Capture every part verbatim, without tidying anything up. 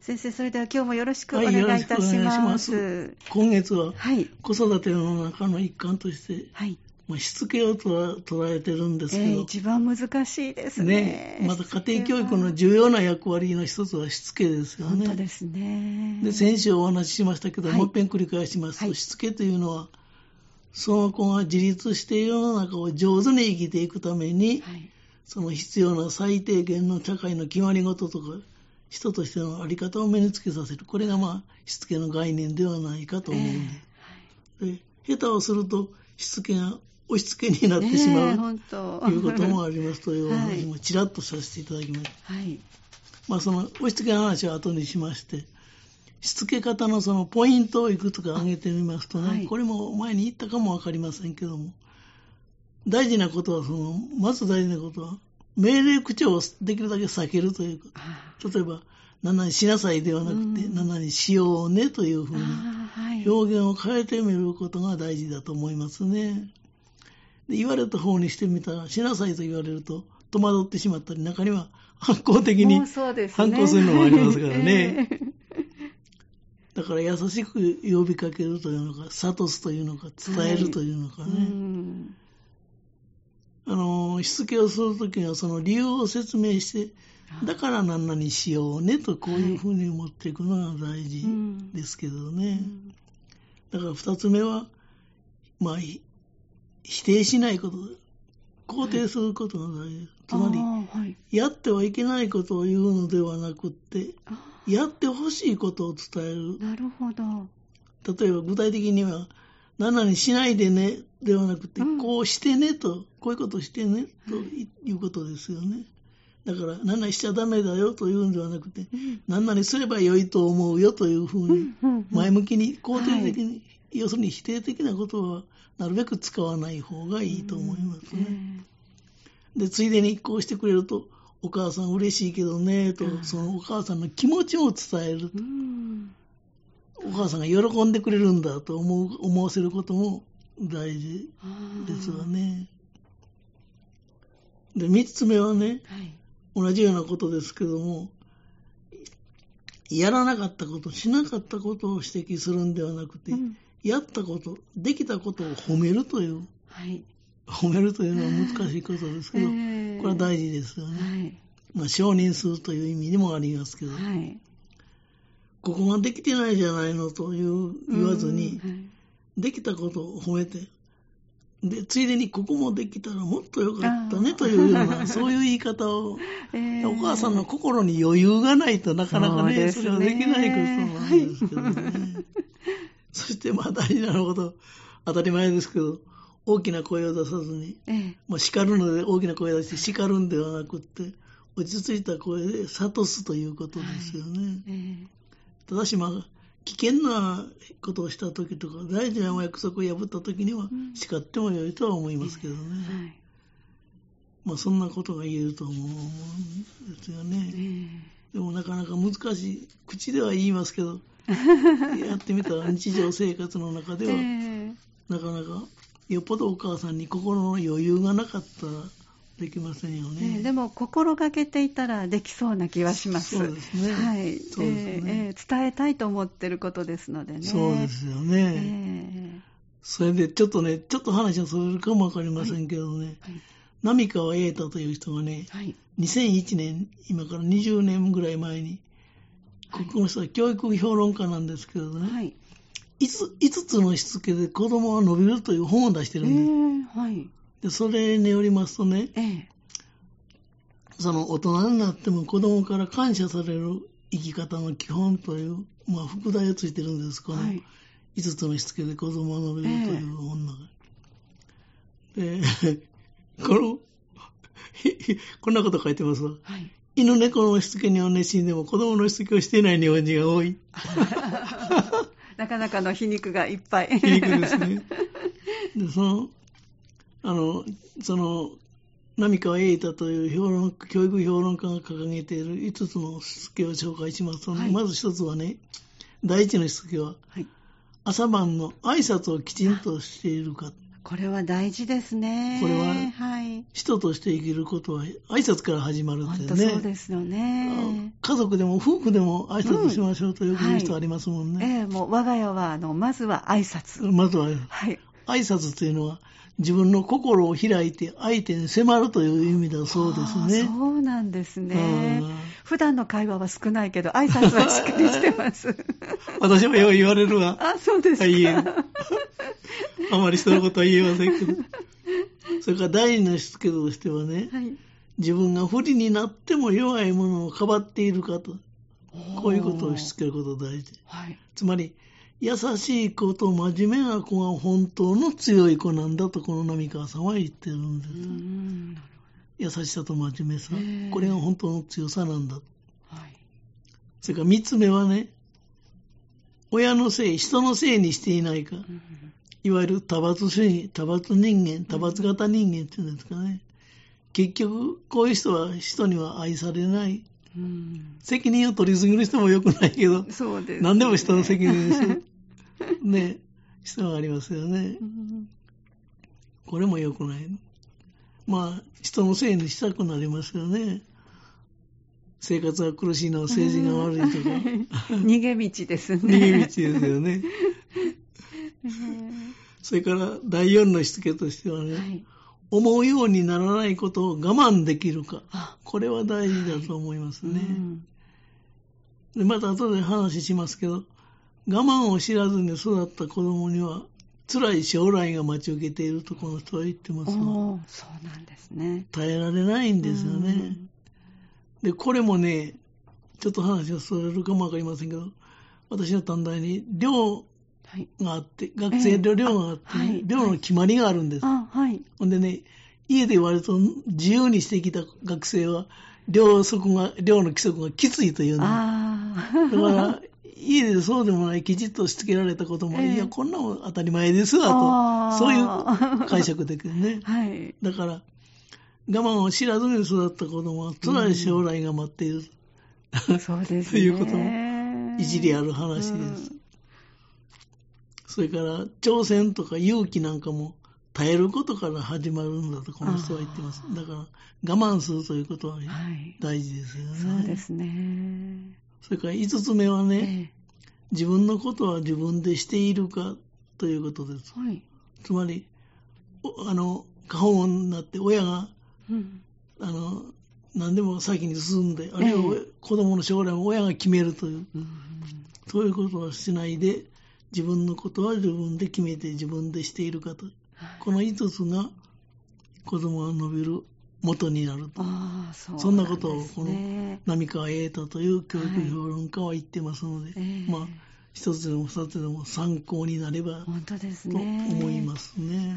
先生、それでは今日もよろしくお願いいたします。はい、 今月は、はい、子育ての中の一環として、はい、まあ、しつけをと捉えてるんですけど、えー、 一番難しいですね。 ね、また家庭教育の重要な役割の一つはしつけですよね。 本当ですね。 で、先週お話ししましたけど、はい、もう一遍繰り返しますと、はい、しつけというのは、その子が自立して世の中を上手に生きていくために、はい、その必要な最低限の社会の決まり事とか、人としての在り方を身につけさせる。これがまあ、しつけの概念ではないかと思うんで。えーはい、で、下手をすると、しつけが押し付けになってしまう、えー、ということもありますというお話もちらっとさせていただきました。はい、まあ、その押し付けの話は後にしまして、しつけ方のそのポイントをいくつか挙げてみますとね、はい、これも前に言ったかもわかりませんけども、大事なことはその、まず大事なことは、命令口調をできるだけ避けるということ。例えば、何々しなさいではなくて、うん、何々しようねというふうに、表現を変えてみることが大事だと思いますね。で、言われた方にしてみたら、しなさいと言われると、戸惑ってしまったり、中には反抗的に反抗するのもありますからね。えーだから優しく呼びかけるというのか、諭すというのか、伝えるというのかね。はい、うんあの、しつけをするときにはその理由を説明して、だから何々しようねとこういうふうに持っていくのが大事ですけどね。はいうん、だから二つ目は、まあ、否定しないこと、肯定することが大事です。はい、つまり、はい、やってはいけないことを言うのではなくって、やってほしいことを伝える。 なるほど。 例えば具体的には、何々しないでねではなくて、うん、こうしてねと、こういうことしてねということですよね。だから、何々しちゃダメだよというんではなくて、うん、何々すれば良いと思うよというふうに、前向きに、肯定的に、はい、要するに否定的なことは、なるべく使わない方がいいと思いますね。うん、で、ついでにこうしてくれると、お母さん嬉しいけどねと、そのお母さんの気持ちを伝えると。うんお母さんが喜んでくれるんだと思う、思わせることも大事ですわね。で、三つ目はね、はい、同じようなことですけども、やらなかったこと、しなかったことを指摘するんではなくて、うん、やったこと、できたことを褒めるという、はい、褒めるというのは難しいことですけど、えー、これは大事ですよね。はい、まあ、承認するという意味にもありますけど、はいここができてないじゃないのという言わずに、はい、できたことを褒めて、で、ついでにここもできたらもっとよかったねというような、そういう言い方を、えー、お母さんの心に余裕がないとなかなかね、そ, ねそれはできないことなんですけどね。はい、そしてまあ大事なこと、当たり前ですけど、大きな声を出さずに、えー、まあ叱るので大きな声を出して叱るんではなくって、落ち着いた声で諭すということですよね。はいえーただしまあ、危険なことをしたときとか、大事なお約束を破ったときには、叱ってもよいとは思いますけどね。うんはい、まあ、そんなことが言えると思うんですよね。えー、でもなかなか難しい。口では言いますけど、やってみたら日常生活の中では、えー、なかなか、よっぽどお母さんに心の余裕がなかったら、できませんよね。 ねでも心がけていたらできそうな気はします。 そうですね。 はい。そうですね、えー、伝えたいと思ってることですのでね。 そうですよね。えー、それでちょっとね、ちょっと話がそれるかもわかりませんけどね、はいはい、浪川瑛太という人がね、はい、にせんいちねん、今からにじゅうねんぐらい前に、ここの人は教育評論家なんですけどね、はい、いつ、いつつのしつけで子供は伸びるという本を出してるんです。えーはいでそれによりますとね、ええ、その大人になっても子供から感謝される生き方の基本という、まあ、副題をついてるんです。このいつつのしつけで子供は伸びるという本の中で。で、この、こんなこと書いてますわ。はい、犬猫のしつけには熱心でも子供のしつけをしていない日本人が多い。 なかなかの皮肉がいっぱい。 皮肉ですね。で、その、あの、その、浪川瑛太という評論教育評論家が掲げているいつつのしつけを紹介しますと、ねはい、まず一つはね、第一のしつけは、はい、朝晩の挨拶をきちんとしているか。 これは大事ですね。 これは、 はい、 人として生きることは挨拶から始まるってね。 本当そうですよね。 家族でも夫婦でも挨拶しましょうとよく言う人ありますもんね。 うんはい、えー、もう我が家はあのまずは挨拶。 まずは、はい、挨拶というのは自分の心を開いて相手に迫るという意味だそうですね。 そうなんですね。普段の会話は少ないけど挨拶はしっかりしてます。 私もよう言われるわ。 あ、そうですか。 いえあまり人のことは言えませんけど。それから第二のしつけとしてはね、はい、自分が不利になっても弱いものをかばっているかと、こういうことをしつけることが大事、はい、つまり優しい子と真面目な子が本当の強い子なんだとこの浪川さんは言ってるんです。うん、優しさと真面目さ、これが本当の強さなんだ、はい、それから三つ目はね、親のせい、人のせいにしていないか、うん、いわゆる多発主義、多発人間、多発型人間っていうんですかね。結局、こういう人は人には愛されない。うん、責任を取りすぎる人も良くないけど、そうですね、何でも人の責任にする。ね、人がありますよね。うん、これも良くない。まあ、人のせいにしたくなりますよね。生活が苦しいのは政治が悪いとか。 逃げ道ですね。 逃げ道ですよね。それから第四のしつけとしてはね、はい、思うようにならないことを我慢できるか、これは大事だと思いますね。はい、うん、でまた後で話しますけど、我慢を知らずに育った子供には辛い将来が待ち受けているとこの人は言ってますが、 そうなんですね。 耐えられないんですよね。うん、でこれもね、ちょっと話がそれるかもわかりませんけど、私の短大に寮があって、学生寮があって、ね、えーはい、寮の決まりがあるんです。あ、はい、ほんでね、家で割と自由にしてきた学生は寮則が寮の規則がきついというの。あだから家でそうでもないきちっとしつけられたことも、えー、いやこんなの当たり前ですわと、そういう解釈できるね。はい、だから我慢を知らずに育った子供は辛い将来が待っている、 うん、そうですね。 ということも一理ある話です。うん、それから挑戦とか勇気なんかも耐えることから始まるんだとこの人は言ってます。だから我慢するということは大事ですよね。はい、 そうですね。 それから五つ目はね、ええ、自分のことは自分でしているかということです。はい、つまりあの過保護になって親が、うん、あの何でも先に進んで、あるいは子供の将来を親が決めるという、うん、そういうことはしないで、自分のことは自分で決めて自分でしているかと、はい、この五つが子供が伸びる元になると。あ、 そ, そんなことをこの浪川瑛太という教育評論家は言ってますので、はい、えー、まあ一つでも二つでも参考になれば本当ですねと思いますね。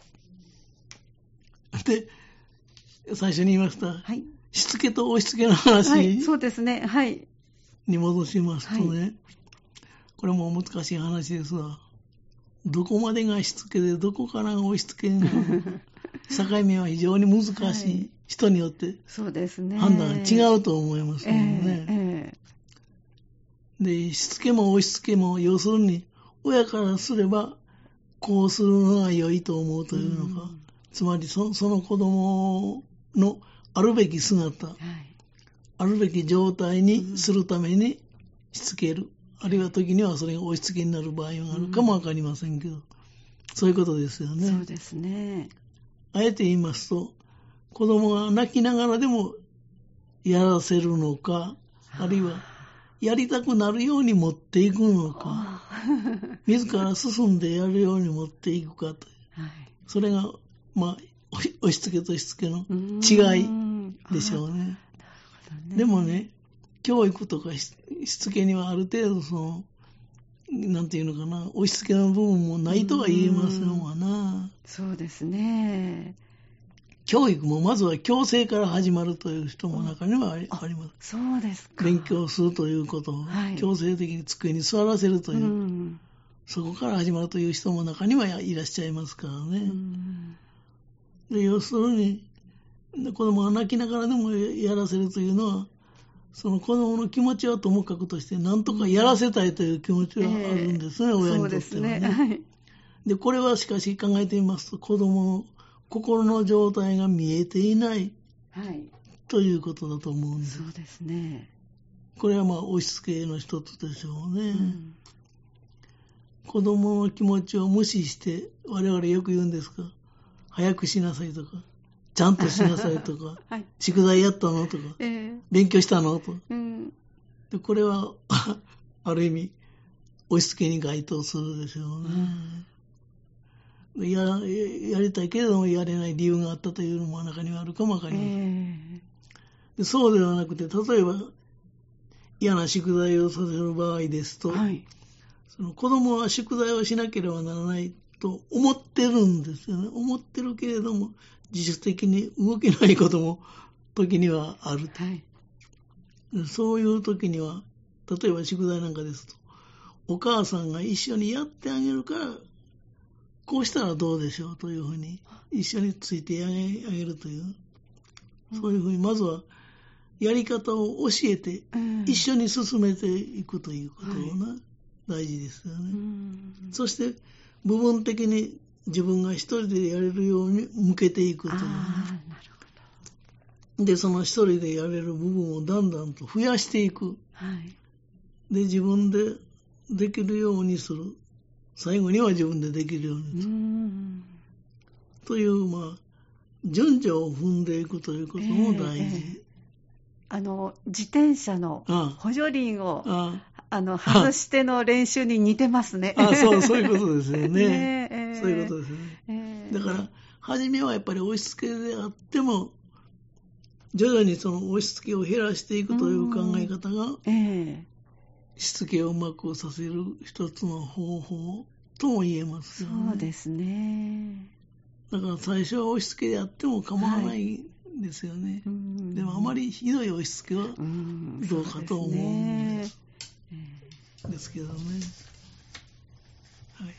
はい、で最初に言いました、はい、しつけと押しつけの話、はい、 そうですね、はい、 に戻しますとね、はい、これも難しい話ですが、どこまでがしつけでどこからが押しつけなのか境目は非常に難しい、はい、人によって判断が違うと思いますけどね。えーえー、でしつけも押しつけも要するに親からすればこうするのが良いと思うというのか、うん、つまり そ, その子供のあるべき姿、はい、あるべき状態にするためにしつける、うん、あるいは時にはそれが押しつけになる場合があるかもわかりませんけど、うん、そういうことですよね。 そうですね。 あえて言いますと、子供が泣きながらでもやらせるのか、あるいはやりたくなるように持っていくのか、自ら進んでやるように持っていくかと、はい、それが、まあ、押し付けとしつけの違いでしょうね。なるほどね。でもね、教育とかしつけにはある程度その、なんていうのかな、押し付けの部分もないとは言えませんわな。 そうですね。 教育もまずは強制から始まるという人も中にはあります。 そうですか。 勉強するということを強制的に机に座らせるという、はい、うん、そこから始まるという人も中にはいらっしゃいますからね。うん、で要するに子供が泣きながらでもやらせるというのは、その子供の気持ちはともかくとして何とかやらせたいという気持ちはあるんですね、うん、親にとってはね。そうですね、はい、 で、これはしかし考えてみますと、子供の心の状態が見えていない、はい、ということだと思うんです。 そうですね。 これはまあ押し付けの一つでしょうね。うん、子供の気持ちを無視して、我々よく言うんですが、早くしなさいとか、ちゃんとしなさいとか、はい、宿題やったのとか、えー、勉強したのと、うん、でこれはある意味押し付けに該当するでしょうね。うん、や, やりたいけれどもやれない理由があったというのも中にはあるかもわかりません。えー、でそうではなくて、例えば嫌な宿題をさせる場合ですと、はい、その子供は宿題をしなければならないと思ってるんですよね。思ってるけれども自主的に動けないことも時にはある、はい、そういう時には、例えば宿題なんかですと、お母さんが一緒にやってあげるからこうしたらどうでしょうというふうに一緒についてあげ、あげるという、そういうふうにまずはやり方を教えて一緒に進めていくということが、はい、大事ですよね。そして部分的に自分が一人でやれるように向けていくという、ね、あ、なるほど。でその一人でやれる部分をだんだんと増やしていく、はい、で自分でできるようにする、最後には自分でできるようにする、うん、というまあ順序を踏んでいくということも大事、えーえー、 あの自転車の補助輪をあああの外しての練習に似てますね。 ああそう、そういうことですよね。ね、えー、そういうことですね。えー、だから初めはやっぱり押し付けであっても徐々にその押し付けを減らしていくという考え方が、えー、しつけをうまくさせる一つの方法とも言えますよね。 そうですね。 だから最初は押し付けであっても構わないんですよね。はい、でもあまりひどい押し付けはどうかと思うんです。ですけどね。はい。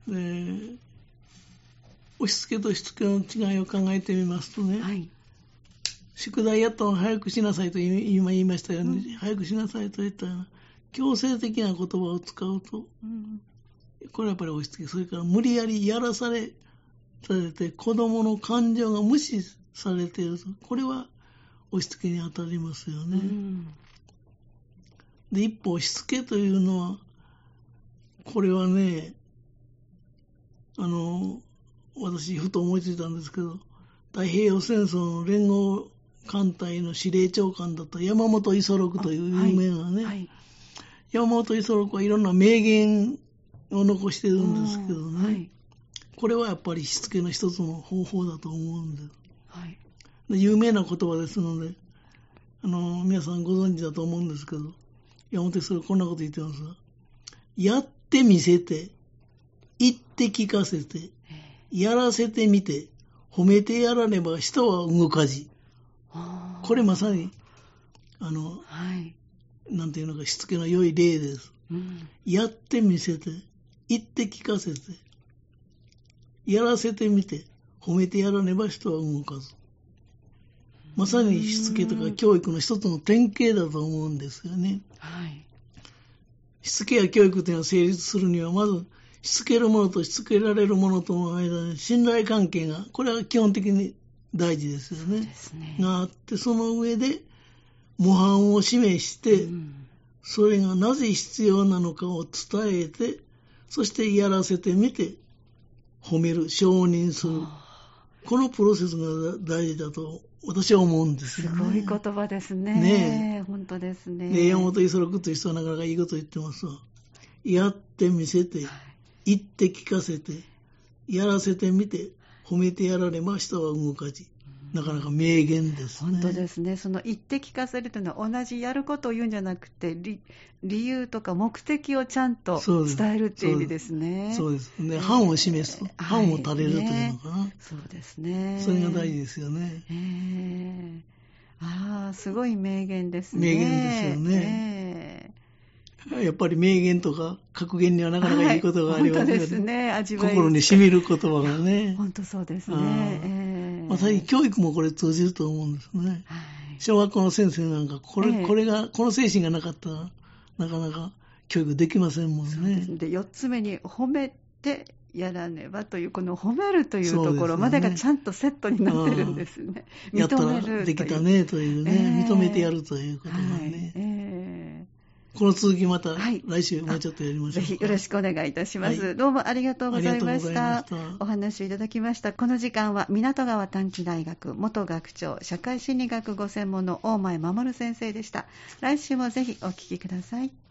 で、押し付けとしつけの違いを考えてみますとね、はい、宿題やったの早くしなさいと今言いましたように、うん、早くしなさいと言ったような強制的な言葉を使うと、うん、これはやっぱり押し付け、それから無理やりやらされされて子供の感情が無視されていると、これは押し付けに当たりますよね。うん、で一方しつけというのはこれはね、あの私ふと思いついたんですけど、太平洋戦争の連合艦隊の司令長官だった山本五十六という有名なね、はいはい、山本五十六はいろんな名言を残してるんですけどね、はい、これはやっぱりしつけの一つの方法だと思うんです、はい、で有名な言葉ですので、あの皆さんご存知だと思うんですけど、山本五十六こんなこと言ってますが、やってみせて言って聞かせてやらせてみて褒めてやらねば人は動かじ。これまさにあの、はい、なんていうのかしつけの良い例です、うん、やってみせて言って聞かせてやらせてみて褒めてやらねば人は動かず。まさにしつけとか教育の一つの典型だと思うんですよね、はい、しつけや教育というのは成立するにはまずしつけるものとしつけられるものとの間に信頼関係が、これは基本的に大事ですよね。そうですね。があって、その上で模範を示して、うん、それがなぜ必要なのかを伝えて、そしてやらせてみて褒める、承認する、このプロセスが大事だと私は思うんですよね。 すごい言葉ですね。ねえ、本当ですね。 で、山本五十六という人はなかなかいいこと言ってますわ。やってみせて、はい、言って聞かせてやらせてみて褒めてやられば人は動かじ。なかなか名言ですね。 本当ですね。その言って聞かせるというのは同じやることを言うんじゃなくて 理, 理由とか目的をちゃんと伝えるっていう意味ですね。 そうですね。えー、範を示すと、範を垂れるというのかな、はいね、 そうですね。 それが大事ですよね。 えー、ああ、すごい名言ですね。 名言ですよね。えー、やっぱり名言とか格言にはなかなかいいことがありますよね。はい、本当ですね。味わい心に染みる言葉がね。 本当そうですね。えーまあ、最近教育もこれ通じると思うんですね、はい、小学校の先生なんかこれ、えー、これがこの精神がなかったらなかなか教育できませんもんね。 そうですね。で、よっつめに褒めてやらねばという、この褒めるというところまでがちゃんとセットになってるんですね。 やったらできたねというね、えー、認めてやるということがね。 はいえーこの続きまた来週もうちょっとやりましょうか。 ぜひよろしくお願いいたします、はい、どうもありがとうございました。お話いただきました。この時間は港川短期大学元学長社会心理学ご専門の大前守先生でした。来週もぜひお聞きください。